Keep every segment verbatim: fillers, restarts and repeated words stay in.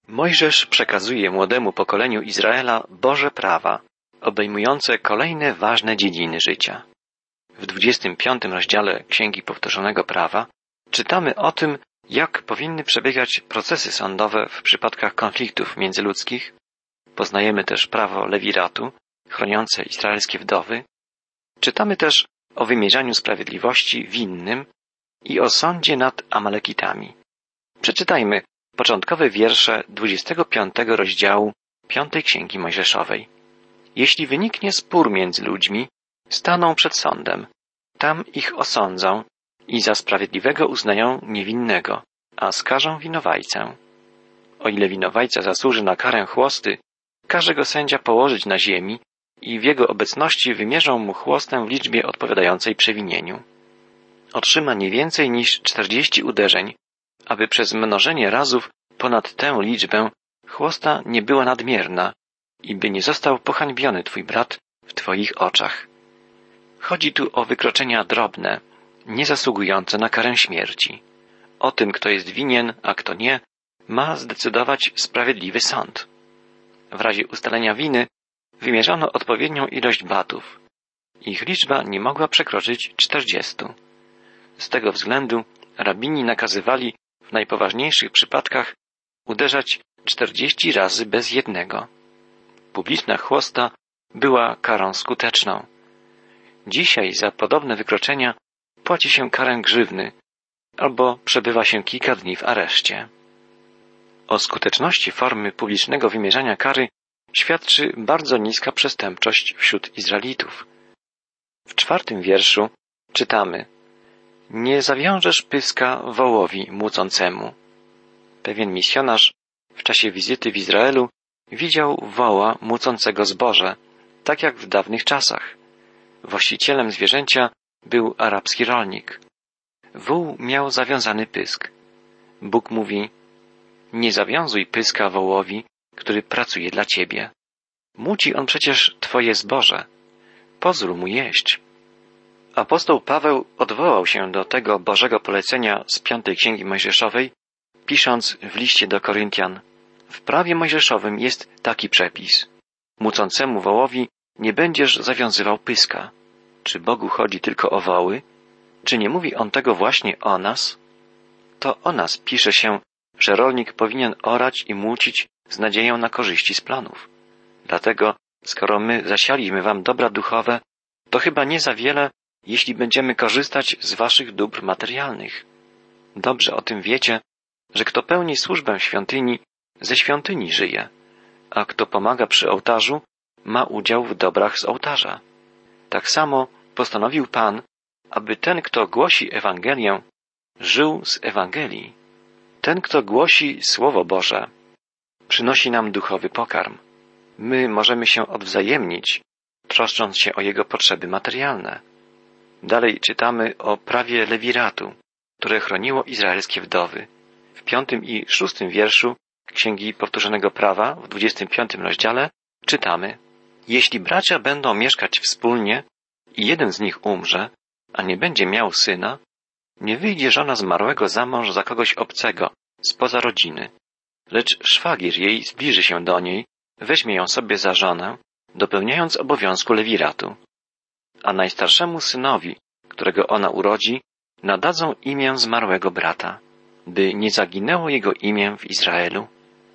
Mojżesz przekazuje młodemu pokoleniu Izraela Boże prawa, obejmujące kolejne ważne dziedziny życia. W dwudziestym piątym rozdziale Księgi Powtórzonego Prawa czytamy o tym, jak powinny przebiegać procesy sądowe w przypadkach konfliktów międzyludzkich. Poznajemy też prawo lewiratu, chroniące izraelskie wdowy. Czytamy też o wymierzaniu sprawiedliwości winnym i o sądzie nad Amalekitami. Przeczytajmy początkowe wiersze dwudziestego piątego rozdziału piątej Księgi Mojżeszowej. Jeśli wyniknie spór między ludźmi, staną przed sądem. Tam ich osądzą i za sprawiedliwego uznają niewinnego, a skażą winowajcę. O ile winowajca zasłuży na karę chłosty, każe go sędzia położyć na ziemi i w jego obecności wymierzą mu chłostę w liczbie odpowiadającej przewinieniu. Otrzyma nie więcej niż czterdzieści uderzeń, aby przez mnożenie razów ponad tę liczbę chłosta nie była nadmierna i by nie został pohańbiony twój brat w twoich oczach. Chodzi tu o wykroczenia drobne, nie zasługujące na karę śmierci. O tym, kto jest winien, a kto nie, ma zdecydować sprawiedliwy sąd. W razie ustalenia winy wymierzano odpowiednią ilość batów. Ich liczba nie mogła przekroczyć czterdziestu. Z tego względu rabini nakazywali w najpoważniejszych przypadkach uderzać czterdzieści razy bez jednego. Publiczna chłosta była karą skuteczną. Dzisiaj za podobne wykroczenia płaci się karę grzywny albo przebywa się kilka dni w areszcie. O skuteczności formy publicznego wymierzania kary świadczy bardzo niska przestępczość wśród Izraelitów. W czwartym wierszu czytamy: Nie zawiążesz pyska wołowi młócącemu. Pewien misjonarz w czasie wizyty w Izraelu widział woła młócącego zboże, tak jak w dawnych czasach. Właścicielem zwierzęcia był arabski rolnik. Wół miał zawiązany pysk. Bóg mówi: Nie zawiązuj pyska wołowi, który pracuje dla ciebie. Muci on przecież twoje zboże. Pozwól mu jeść. Apostoł Paweł odwołał się do tego Bożego polecenia z piątej Księgi Mojżeszowej, pisząc w liście do Koryntian: W prawie mojżeszowym jest taki przepis. Mucącemu wołowi nie będziesz zawiązywał pyska. Czy Bogu chodzi tylko o woły? Czy nie mówi on tego właśnie o nas? To o nas pisze się, że rolnik powinien orać i młócić z nadzieją na korzyści z plonów. Dlatego, skoro my zasialiśmy wam dobra duchowe, to chyba nie za wiele, jeśli będziemy korzystać z waszych dóbr materialnych. Dobrze o tym wiecie, że kto pełni służbę świątyni, ze świątyni żyje, a kto pomaga przy ołtarzu, ma udział w dobrach z ołtarza. Tak samo postanowił Pan, aby ten, kto głosi Ewangelię, żył z Ewangelii. Ten, kto głosi Słowo Boże, przynosi nam duchowy pokarm. My możemy się odwzajemnić, troszcząc się o jego potrzeby materialne. Dalej czytamy o prawie lewiratu, które chroniło izraelskie wdowy. W piątym i szóstym wierszu Księgi Powtórzonego Prawa w dwudziestym piątym rozdziale czytamy: Jeśli bracia będą mieszkać wspólnie i jeden z nich umrze, a nie będzie miał syna, nie wyjdzie żona zmarłego za mąż za kogoś obcego, spoza rodziny, lecz szwagier jej zbliży się do niej, weźmie ją sobie za żonę, dopełniając obowiązku lewiratu. A najstarszemu synowi, którego ona urodzi, nadadzą imię zmarłego brata, by nie zaginęło jego imię w Izraelu.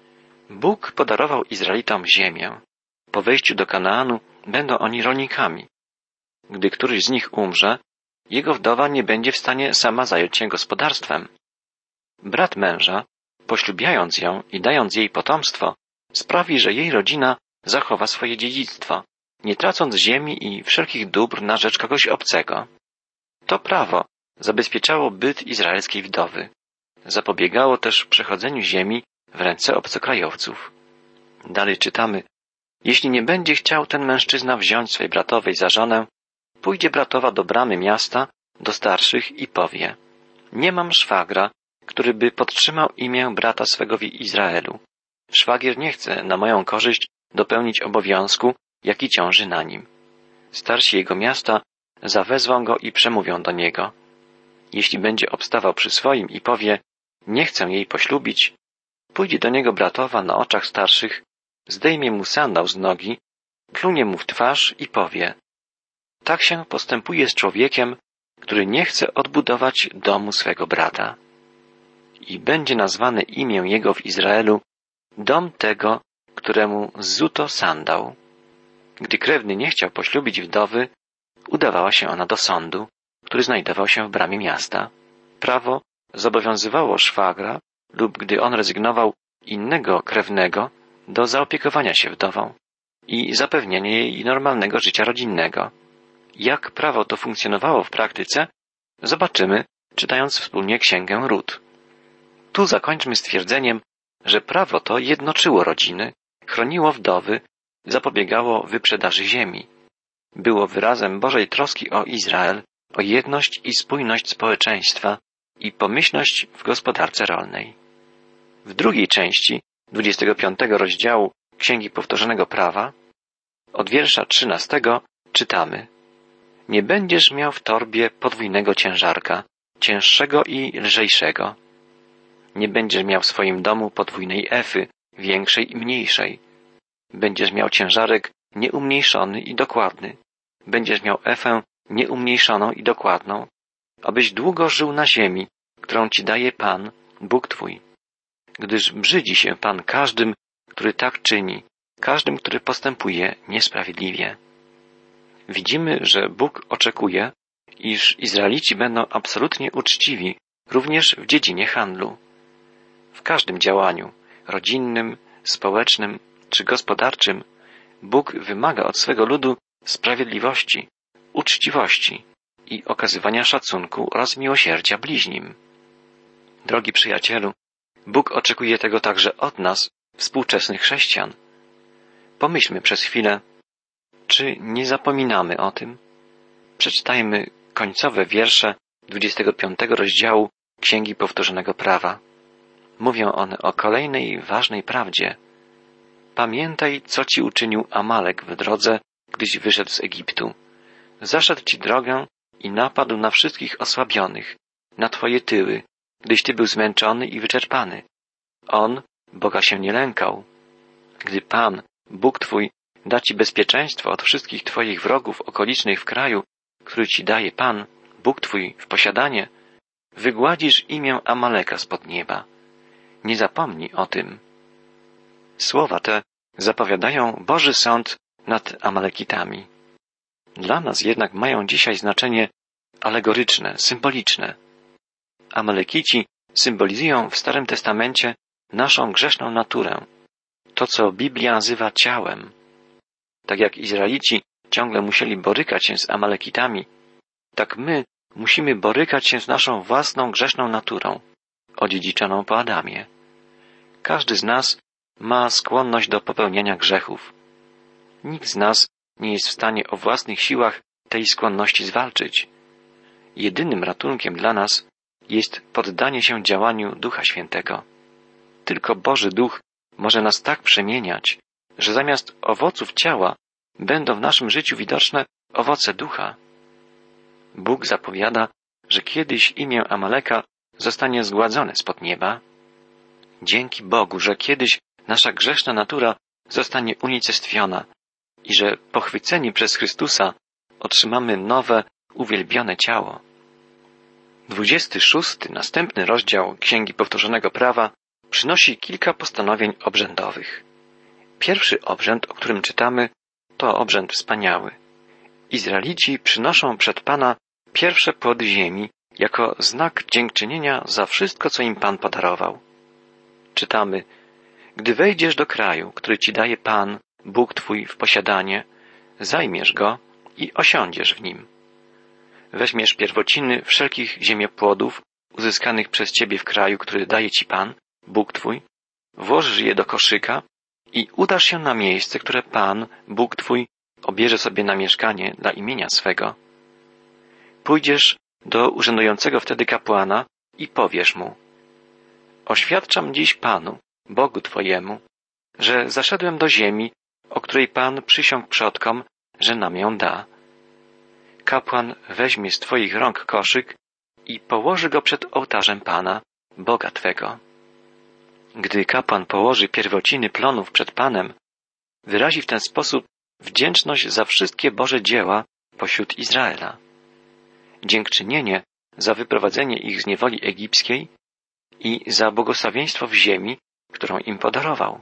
Bóg podarował Izraelitom ziemię. Po wejściu do Kanaanu będą oni rolnikami. Gdy któryś z nich umrze, jego wdowa nie będzie w stanie sama zająć się gospodarstwem. Brat męża, poślubiając ją i dając jej potomstwo, sprawi, że jej rodzina zachowa swoje dziedzictwo, nie tracąc ziemi i wszelkich dóbr na rzecz kogoś obcego. To prawo zabezpieczało byt izraelskiej wdowy. Zapobiegało też przechodzeniu ziemi w ręce obcokrajowców. Dalej czytamy: Jeśli nie będzie chciał ten mężczyzna wziąć swej bratowej za żonę, pójdzie bratowa do bramy miasta, do starszych i powie: Nie mam szwagra, który by podtrzymał imię brata swego w Izraelu. Szwagier nie chce na moją korzyść dopełnić obowiązku, jaki ciąży na nim. Starsi jego miasta zawezwą go i przemówią do niego. Jeśli będzie obstawał przy swoim i powie: Nie chcę jej poślubić, pójdzie do niego bratowa na oczach starszych, zdejmie mu sandał z nogi, plunie mu w twarz i powie: tak się postępuje z człowiekiem, który nie chce odbudować domu swego brata. I będzie nazwane imię jego w Izraelu dom tego, któremu zzuto sandał. Gdy krewny nie chciał poślubić wdowy, udawała się ona do sądu, który znajdował się w bramie miasta. Prawo zobowiązywało szwagra, lub gdy on rezygnował, innego krewnego, do zaopiekowania się wdową i zapewnienia jej normalnego życia rodzinnego. Jak prawo to funkcjonowało w praktyce, zobaczymy, czytając wspólnie Księgę Rut. Tu zakończmy stwierdzeniem, że prawo to jednoczyło rodziny, chroniło wdowy, zapobiegało wyprzedaży ziemi. Było wyrazem Bożej troski o Izrael, o jedność i spójność społeczeństwa i pomyślność w gospodarce rolnej. W drugiej części dwudziestego piątego rozdziału Księgi Powtórzonego Prawa, od wiersza trzynastego czytamy: nie będziesz miał w torbie podwójnego ciężarka, cięższego i lżejszego. Nie będziesz miał w swoim domu podwójnej efy, większej i mniejszej. Będziesz miał ciężarek nieumniejszony i dokładny. Będziesz miał efę nieumniejszoną i dokładną, abyś długo żył na ziemi, którą ci daje Pan, Bóg twój. Gdyż brzydzi się Pan każdym, który tak czyni, każdym, który postępuje niesprawiedliwie. Widzimy, że Bóg oczekuje, iż Izraelici będą absolutnie uczciwi, również w dziedzinie handlu. W każdym działaniu, rodzinnym, społecznym czy gospodarczym, Bóg wymaga od swego ludu sprawiedliwości, uczciwości i okazywania szacunku oraz miłosierdzia bliźnim. Drogi przyjacielu, Bóg oczekuje tego także od nas, współczesnych chrześcijan. Pomyślmy przez chwilę, czy nie zapominamy o tym? Przeczytajmy końcowe wiersze dwudziestego piątego rozdziału Księgi Powtórzonego Prawa. Mówią one o kolejnej ważnej prawdzie. Pamiętaj, co ci uczynił Amalek w drodze, gdyś wyszedł z Egiptu. Zaszedł ci drogę i napadł na wszystkich osłabionych, na twoje tyły, gdyś ty był zmęczony i wyczerpany. On Boga się nie lękał. Gdy Pan, Bóg twój, da ci bezpieczeństwo od wszystkich twoich wrogów okolicznych w kraju, który ci daje Pan, Bóg twój, w posiadanie, wygładzisz imię Amaleka spod nieba. Nie zapomnij o tym. Słowa te zapowiadają Boży sąd nad Amalekitami. Dla nas jednak mają dzisiaj znaczenie alegoryczne, symboliczne. Amalekici symbolizują w Starym Testamencie naszą grzeszną naturę, to co Biblia nazywa ciałem. Tak jak Izraelici ciągle musieli borykać się z Amalekitami, tak my musimy borykać się z naszą własną grzeszną naturą, odziedziczoną po Adamie. Każdy z nas ma skłonność do popełniania grzechów. Nikt z nas nie jest w stanie o własnych siłach tej skłonności zwalczyć. Jedynym ratunkiem dla nas jest poddanie się działaniu Ducha Świętego. Tylko Boży Duch może nas tak przemieniać, że zamiast owoców ciała będą w naszym życiu widoczne owoce ducha. Bóg zapowiada, że kiedyś imię Amaleka zostanie zgładzone spod nieba. Dzięki Bogu, że kiedyś nasza grzeszna natura zostanie unicestwiona i że pochwyceni przez Chrystusa otrzymamy nowe, uwielbione ciało. Dwudziesty szósty, następny rozdział Księgi Powtórzonego Prawa przynosi kilka postanowień obrzędowych. Pierwszy obrzęd, o którym czytamy, to obrzęd wspaniały. Izraelici przynoszą przed Pana pierwsze płody ziemi jako znak dziękczynienia za wszystko, co im Pan podarował. Czytamy: gdy wejdziesz do kraju, który ci daje Pan, Bóg twój, w posiadanie, zajmiesz go i osiądziesz w nim. Weźmiesz pierwociny wszelkich ziemiopłodów uzyskanych przez ciebie w kraju, który daje ci Pan, Bóg twój, włożysz je do koszyka i udasz się na miejsce, które Pan, Bóg twój, obierze sobie na mieszkanie dla imienia swego. Pójdziesz do urzędującego wtedy kapłana i powiesz mu: oświadczam dziś Panu, Bogu twojemu, że zaszedłem do ziemi, o której Pan przysiągł przodkom, że nam ją da. Kapłan weźmie z twoich rąk koszyk i położy go przed ołtarzem Pana, Boga twego. Gdy kapłan położy pierwociny plonów przed Panem, wyrazi w ten sposób wdzięczność za wszystkie Boże dzieła pośród Izraela. Dziękczynienie za wyprowadzenie ich z niewoli egipskiej i za błogosławieństwo w ziemi, którą im podarował.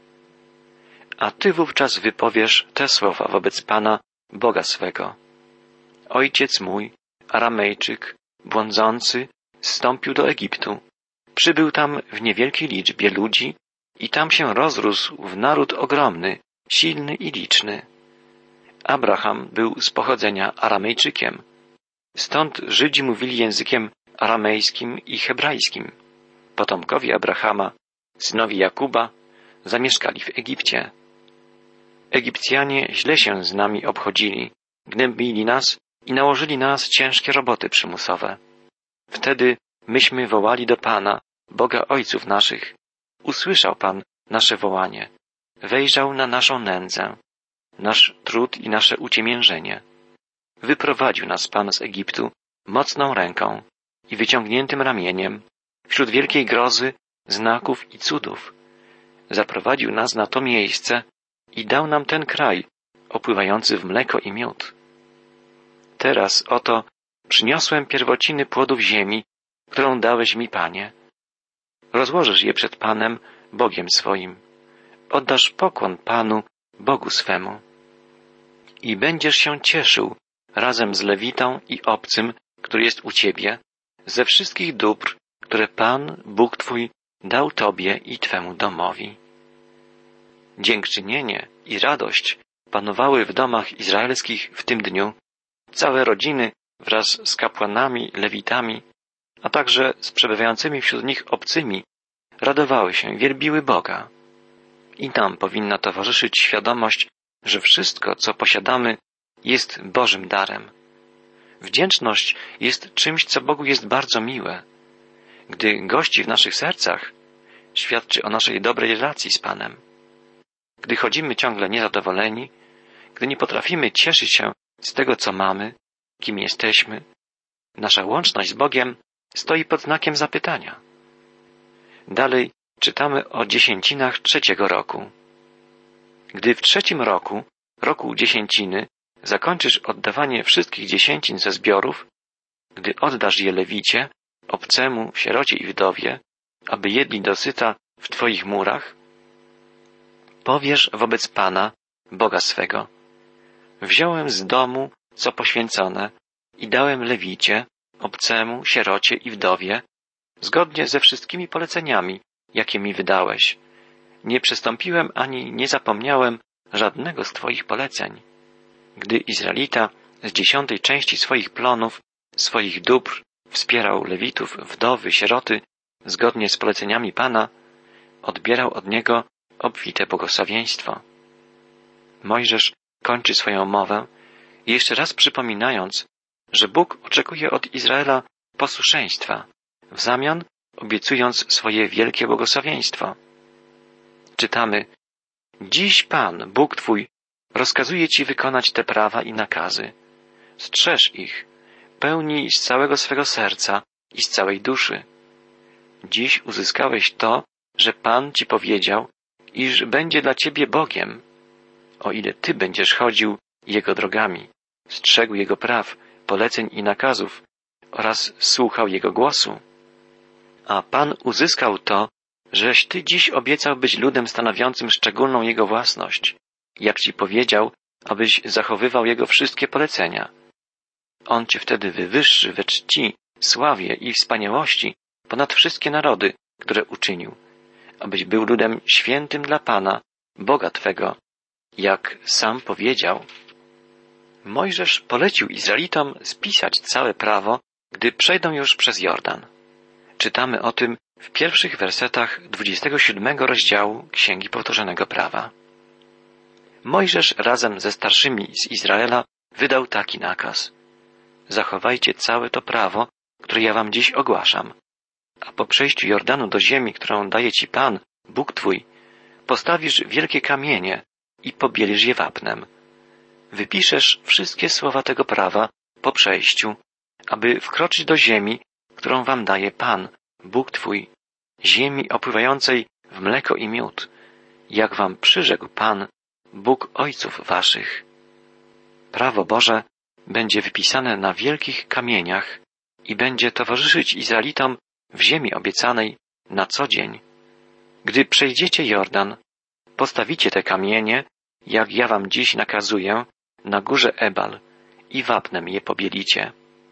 A ty wówczas wypowiesz te słowa wobec Pana, Boga swego. Ojciec mój, Aramejczyk, błądzący, zstąpił do Egiptu. Przybył tam w niewielkiej liczbie ludzi i tam się rozrósł w naród ogromny, silny i liczny. Abraham był z pochodzenia Aramejczykiem. Stąd Żydzi mówili językiem aramejskim i hebrajskim. Potomkowie Abrahama, synowi Jakuba, zamieszkali w Egipcie. Egipcjanie źle się z nami obchodzili, gnębili nas i nałożyli na nas ciężkie roboty przymusowe. Wtedy myśmy wołali do Pana, Boga ojców naszych. Usłyszał Pan nasze wołanie, wejrzał na naszą nędzę, nasz trud i nasze uciemiężenie. Wyprowadził nas Pan z Egiptu mocną ręką i wyciągniętym ramieniem, wśród wielkiej grozy, znaków i cudów. Zaprowadził nas na to miejsce i dał nam ten kraj, opływający w mleko i miód. Teraz oto przyniosłem pierwociny płodów ziemi, którą dałeś mi, Panie. Rozłożysz je przed Panem, Bogiem swoim. Oddasz pokłon Panu, Bogu swemu. I będziesz się cieszył razem z Lewitą i obcym, który jest u ciebie, ze wszystkich dóbr, które Pan, Bóg twój, dał tobie i twemu domowi. Dziękczynienie i radość panowały w domach izraelskich w tym dniu. Całe rodziny wraz z kapłanami, lewitami, a także z przebywającymi wśród nich obcymi, radowały się, wielbiły Boga. I nam powinna towarzyszyć świadomość, że wszystko, co posiadamy, jest Bożym darem. Wdzięczność jest czymś, co Bogu jest bardzo miłe. Gdy gości w naszych sercach, świadczy o naszej dobrej relacji z Panem. Gdy chodzimy ciągle niezadowoleni, gdy nie potrafimy cieszyć się z tego, co mamy, kim jesteśmy, nasza łączność z Bogiem stoi pod znakiem zapytania. Dalej czytamy o dziesięcinach trzeciego roku. Gdy w trzecim roku, roku dziesięciny, zakończysz oddawanie wszystkich dziesięcin ze zbiorów, gdy oddasz je Lewicie, obcemu, sierocie i wdowie, aby jedli dosyta w Twoich murach, powiesz wobec Pana, Boga swego: wziąłem z domu, co poświęcone, i dałem Lewicie, obcemu, sierocie i wdowie, zgodnie ze wszystkimi poleceniami, jakie mi wydałeś. Nie przestąpiłem ani nie zapomniałem żadnego z Twoich poleceń. Gdy Izraelita z dziesiątej części swoich plonów, swoich dóbr wspierał Lewitów, wdowy, sieroty, zgodnie z poleceniami Pana, odbierał od niego obfite błogosławieństwo. Mojżesz kończy swoją mowę, jeszcze raz przypominając, że Bóg oczekuje od Izraela posłuszeństwa, w zamian obiecując swoje wielkie błogosławieństwo. Czytamy: dziś Pan, Bóg Twój, rozkazuje Ci wykonać te prawa i nakazy. Strzeż ich, pełnij z całego swego serca i z całej duszy. Dziś uzyskałeś to, że Pan Ci powiedział, iż będzie dla Ciebie Bogiem, o ile Ty będziesz chodził Jego drogami, strzegł Jego praw, poleceń i nakazów oraz słuchał Jego głosu. A Pan uzyskał to, żeś Ty dziś obiecał być ludem stanowiącym szczególną Jego własność, jak Ci powiedział, abyś zachowywał Jego wszystkie polecenia. On Cię wtedy wywyższy we czci, sławie i wspaniałości ponad wszystkie narody, które uczynił, abyś był ludem świętym dla Pana, Boga Twego, jak sam powiedział. Mojżesz polecił Izraelitom spisać całe prawo, gdy przejdą już przez Jordan. Czytamy o tym w pierwszych wersetach dwudziestego siódmego rozdziału Księgi Powtórzonego Prawa. Mojżesz razem ze starszymi z Izraela wydał taki nakaz: zachowajcie całe to prawo, które ja wam dziś ogłaszam, a po przejściu Jordanu do ziemi, którą daje ci Pan, Bóg twój, postawisz wielkie kamienie i pobielisz je wapnem. Wypiszesz wszystkie słowa tego prawa po przejściu, aby wkroczyć do ziemi, którą wam daje Pan, Bóg twój, ziemi opływającej w mleko i miód, jak wam przyrzekł Pan, Bóg ojców waszych. Prawo Boże będzie wypisane na wielkich kamieniach i będzie towarzyszyć Izraelitom w ziemi obiecanej na co dzień. Gdy przejdziecie Jordan, postawicie te kamienie, jak ja wam dziś nakazuję, na górze Ebal i wapnem je pobielicie.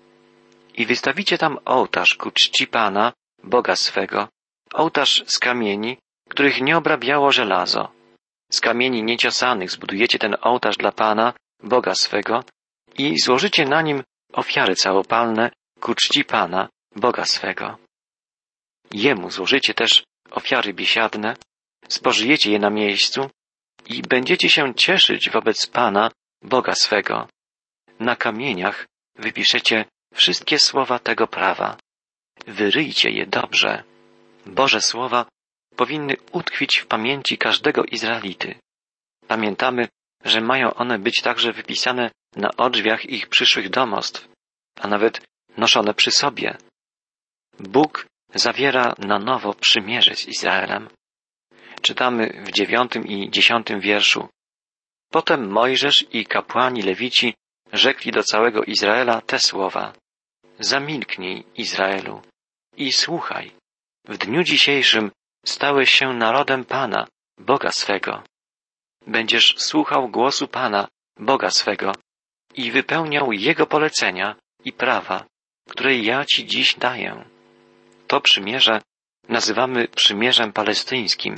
I wystawicie tam ołtarz ku czci Pana, Boga swego, ołtarz z kamieni, których nie obrabiało żelazo. Z kamieni nieciosanych zbudujecie ten ołtarz dla Pana, Boga swego, i złożycie na nim ofiary całopalne ku czci Pana, Boga swego. Jemu złożycie też ofiary biesiadne, spożyjecie je na miejscu i będziecie się cieszyć wobec Pana, Boga swego. Na kamieniach wypiszecie wszystkie słowa tego prawa. Wyryjcie je dobrze. Boże słowa powinny utkwić w pamięci każdego Izraelity. Pamiętamy, że mają one być także wypisane na odrzwiach ich przyszłych domostw, a nawet noszone przy sobie. Bóg zawiera na nowo przymierze z Izraelem. Czytamy w dziewiątym i dziesiątym wierszu. Potem Mojżesz i kapłani Lewici rzekli do całego Izraela te słowa. Zamilknij, Izraelu, i słuchaj. W dniu dzisiejszym stałeś się narodem Pana, Boga swego. Będziesz słuchał głosu Pana, Boga swego, i wypełniał Jego polecenia i prawa, które ja Ci dziś daję. To przymierze nazywamy przymierzem palestyńskim.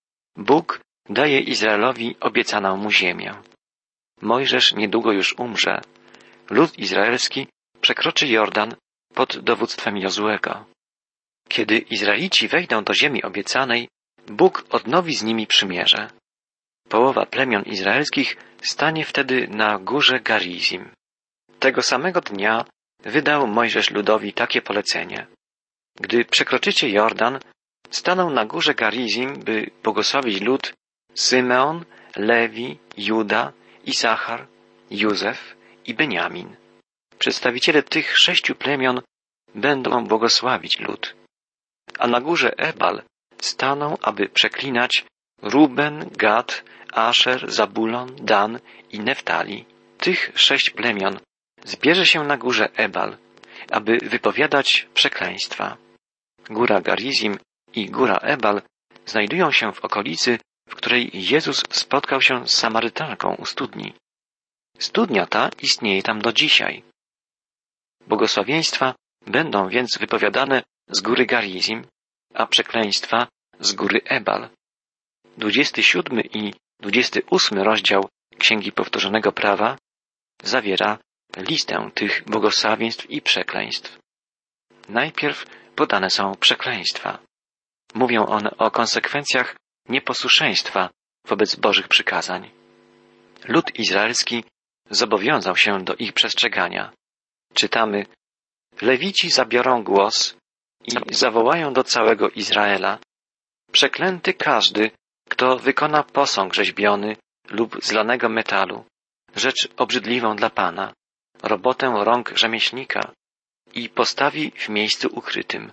Bóg daje Izraelowi obiecaną mu ziemię. Mojżesz niedługo już umrze. Lud izraelski przekroczy Jordan pod dowództwem Jozłego. Kiedy Izraelici wejdą do ziemi obiecanej, Bóg odnowi z nimi przymierze. Połowa plemion izraelskich stanie wtedy na górze Garizim. Tego samego dnia wydał Mojżesz ludowi takie polecenie. Gdy przekroczycie Jordan, staną na górze Garizim, by błogosławić lud Symeon, Lewi, Juda, Isachar, Józef i Beniamin. Przedstawiciele tych sześciu plemion będą błogosławić lud. A na górze Ebal staną, aby przeklinać Ruben, Gad, Aszer, Zabulon, Dan i Neftali. Tych sześć plemion zbierze się na górze Ebal, aby wypowiadać przekleństwa. Góra Garizim i góra Ebal znajdują się w okolicy, w której Jezus spotkał się z Samarytanką u studni. Studnia ta istnieje tam do dzisiaj. Błogosławieństwa będą więc wypowiadane z góry Garizim, a przekleństwa z góry Ebal. Dwudziesty siódmy i dwudziesty ósmy rozdział Księgi Powtórzonego Prawa zawiera listę tych błogosławieństw i przekleństw. Najpierw podane są przekleństwa. Mówią one o konsekwencjach nieposłuszeństwa wobec Bożych przykazań. Lud izraelski zobowiązał się do ich przestrzegania. Czytamy: Lewici zabiorą głos i zawołają do całego Izraela: Przeklęty każdy, kto wykona posąg rzeźbiony lub z lanego metalu, rzecz obrzydliwą dla Pana, robotę rąk rzemieślnika i postawi w miejscu ukrytym.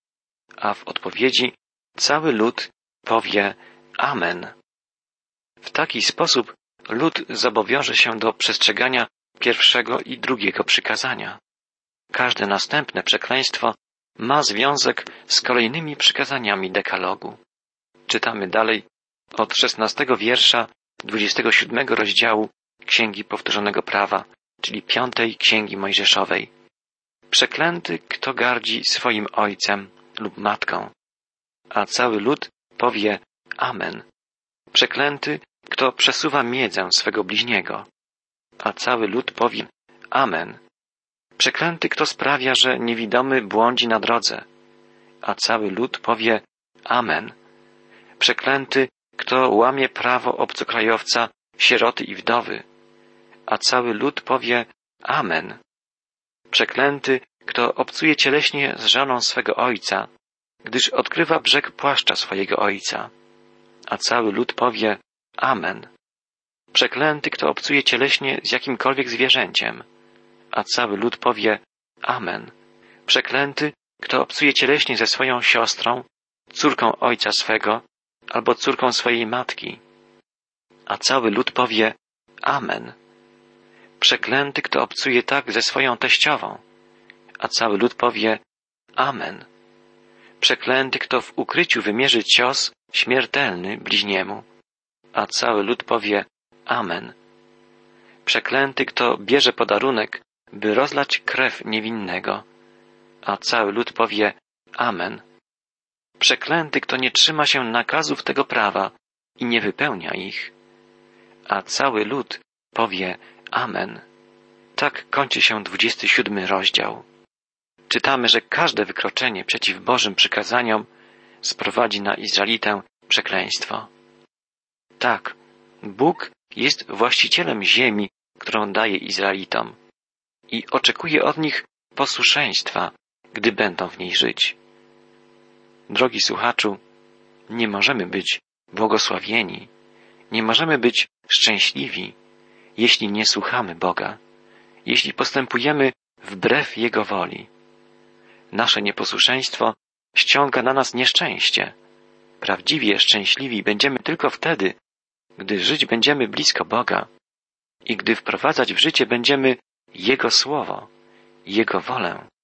A w odpowiedzi cały lud powie Amen. W taki sposób lud zobowiąże się do przestrzegania pierwszego i drugiego przykazania. Każde następne przekleństwo ma związek z kolejnymi przykazaniami dekalogu. Czytamy dalej od szesnastego wiersza dwudziestego siódmego rozdziału Księgi Powtórzonego Prawa, czyli piątej Księgi Mojżeszowej. Przeklęty, kto gardzi swoim ojcem lub matką. A cały lud powie Amen. Przeklęty, kto przesuwa miedzę swego bliźniego. A cały lud powie Amen. Przeklęty, kto sprawia, że niewidomy błądzi na drodze. A cały lud powie Amen. Przeklęty, kto łamie prawo obcokrajowca, sieroty i wdowy. A cały lud powie Amen. Przeklęty, kto obcuje cieleśnie z żoną swego ojca, gdyż odkrywa brzeg płaszcza swojego ojca. A cały lud powie Amen. Przeklęty, kto obcuje cieleśnie z jakimkolwiek zwierzęciem. A cały lud powie Amen. Przeklęty, kto obcuje cieleśnie ze swoją siostrą, córką ojca swego, albo córką swojej matki. A cały lud powie amen. Przeklęty, kto obcuje tak ze swoją teściową. A cały lud powie amen. Przeklęty, kto w ukryciu wymierzy cios śmiertelny bliźniemu. A cały lud powie amen. Przeklęty, kto bierze podarunek, by rozlać krew niewinnego. A cały lud powie amen. Przeklęty, kto nie trzyma się nakazów tego prawa i nie wypełnia ich. A cały lud powie amen. Tak kończy się dwudziesty siódmy rozdział. Czytamy, że każde wykroczenie przeciw Bożym przykazaniom sprowadzi na Izraelitę przekleństwo. Tak, Bóg jest właścicielem ziemi, którą daje Izraelitom i oczekuje od nich posłuszeństwa, gdy będą w niej żyć. Drogi słuchaczu, nie możemy być błogosławieni, nie możemy być szczęśliwi, jeśli nie słuchamy Boga, jeśli postępujemy wbrew Jego woli. Nasze nieposłuszeństwo ściąga na nas nieszczęście. Prawdziwie szczęśliwi będziemy tylko wtedy, gdy żyć będziemy blisko Boga i gdy wprowadzać w życie będziemy Jego słowo, Jego wolę.